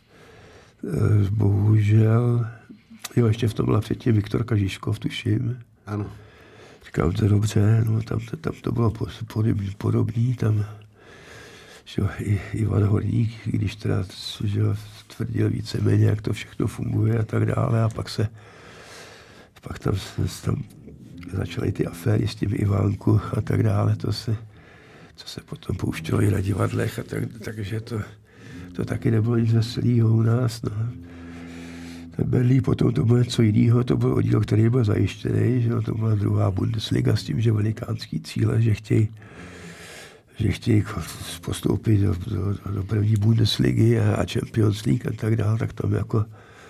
bohužel, jo, ještě v tom byla předtím Viktor Kažiškov, tuším. Ano. Říkám, to dobře, no, tam, tam to bylo podobný, podobný tam, že i Ivan Horník, když teda, že tvrdil víceméně, jak to všechno funguje a tak dále, a pak se, pak tam, tam začaly ty aféry s tím Ivánku a tak dále, to se, co se potom pouštělo i na divadlech, a tak, takže to, to taky nebylo nic veselého u nás, no. Ten Berlín potom to bylo něco jiného, to byl oddíl, který byl zajištěný, že to byla druhá Bundesliga s tím, že velikánský cíle, že chtějí, že chtějí postoupit do, do, do první Bundesligy a Champions League a tak dále, tak tam jako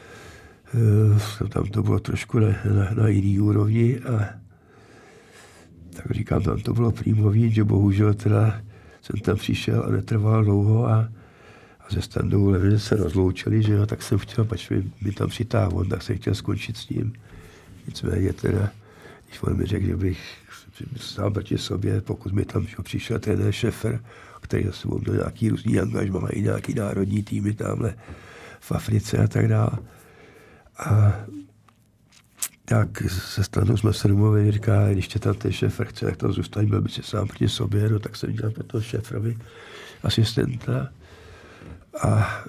tam to bylo trošku na, na, na jiný úrovni, a tak říkám, tam to bylo prýmový, že bohužel teda jsem tam přišel a netrval dlouho, a se Standou Levin se rozloučili, že jo, tak jsem chtěl, pač mi, mi tam přitáhl, tak jsem chtěl skončit s ním. Nicméně teda, když on mi řekl, že bych stál proti sobě, pokud mi tam přišel trenér Šefer, který za sebou měl nějaký různý angažmá, i nějaký národní týmy tamhle v Africe a tak dále. A tak se Standou jsme se domluvili, říká, když tě tam ten Šefer chce, tak tam zůstaň, byl by si sám proti sobě, no tak jsem dělal potom Šeferovi asistenta. A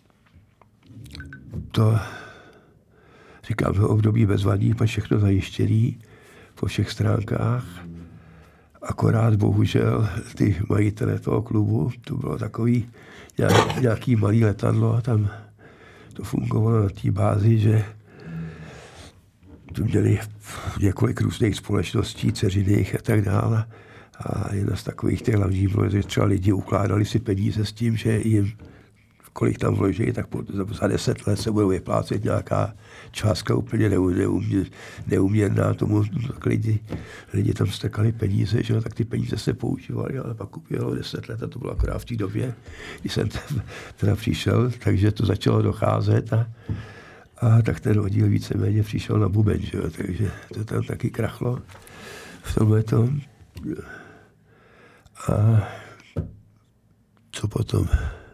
to, říkám, v období bezvadí, pak všechno zajištěný po všech stránkách. Akorát bohužel ty majitelé toho klubu, to bylo takový nějaký, nějaký malý letadlo, a tam to fungovalo na té bázi, že tu měli několik různých společností, dceřiných a tak dále. A jedna z takových těch hlavních bylo, že třeba lidi ukládali si peníze s tím, že jim kolik tam vloží, tak za deset let se budou vyplácet nějaká částka úplně neuměr, neuměrná tomu, tak lidi, lidi tam stekali peníze, že, tak ty peníze se používaly, ale pak upělo deset let, a to bylo akorát v té době, kdy jsem teda přišel, takže to začalo docházet, a, a tak ten oddíl víceméně přišel na buben, že, takže to tam taky krachlo v tomhle tom. A co potom?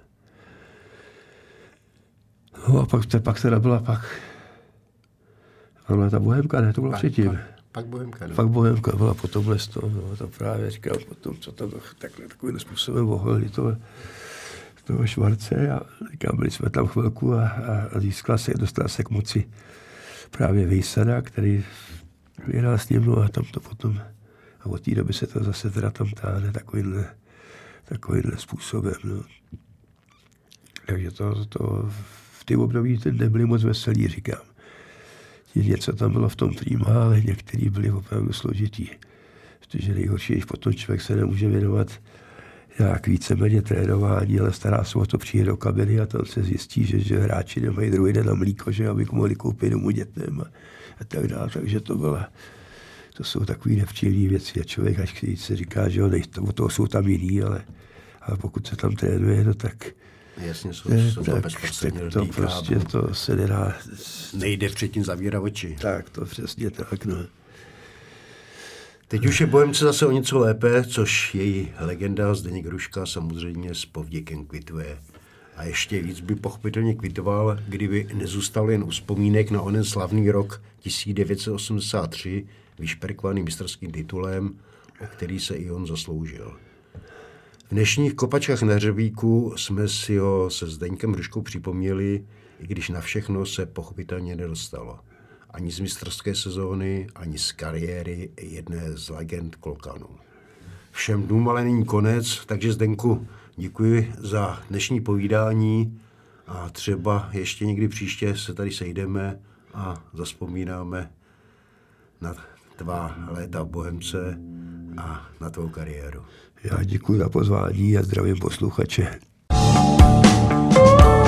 No a pak, pak teda byla pak byla ta Bohemka, ne, to bylo pak, předtím. Pak, pak Bohemka, no. Pak Bohemka byla potom les, no, to právě říkám potom, co tam takhle takovým způsobem oholili toho, toho Švarce, a říkám, byli jsme tam chvilku, a, a získala se, dostala se k moci právě Vejsada, který vyhrál s ním, no a tam to potom, a od té doby se to zase teda tam táhne takovýmhle, takovýmhle způsobem, no. Takže to, to v té období nebyly moc veselí, říkám. Něco tam bylo v tom prýma, ale některý byli opravdu složití. Protože nejhorší, když potom člověk se nemůže věnovat nějak víceméně trénování, ale stará se o to, přijde do kabiny a tam se zjistí, že, že hráči nemají druhý den na mlíko, že aby mohli koupit domů dětem a, a tak dále. Takže to byla, to jsou takové nepříjemné věci. A člověk, až se říká, že jo, od toho jsou tam jiný, ale, ale pokud se tam trénuje, no tak Jasně, jsou, ne, jsou tak, bezprostředně tak to prostě to se nedá. Nejde předtím zavírat oči. Tak, to přesně tak, no. Teď už je Bohemce zase o něco lépe, což její legenda Zdeněk Hruška samozřejmě s povděkem kvituje. A ještě víc by pochopitelně kvitoval, kdyby nezůstal jen u vzpomínek na onen slavný rok tisíc devět set osmdesát tři, vyšperkovaný mistrovským titulem, o který se i on zasloužil. V dnešních kopačkách na hřebíku jsme si ho se Zdeňkem Hruškou připomněli, i když na všechno se pochopitelně nedostalo. ani z mistrovské sezóny, ani z kariéry jedné z legend Klokanů. Všem dnům ale není konec, takže Zdenku, děkuji za dnešní povídání a třeba ještě někdy příště se tady sejdeme a zazpomínáme na tvá léta v Bohemce a na tvou kariéru. Já děkuji za pozvání a zdravím posluchače.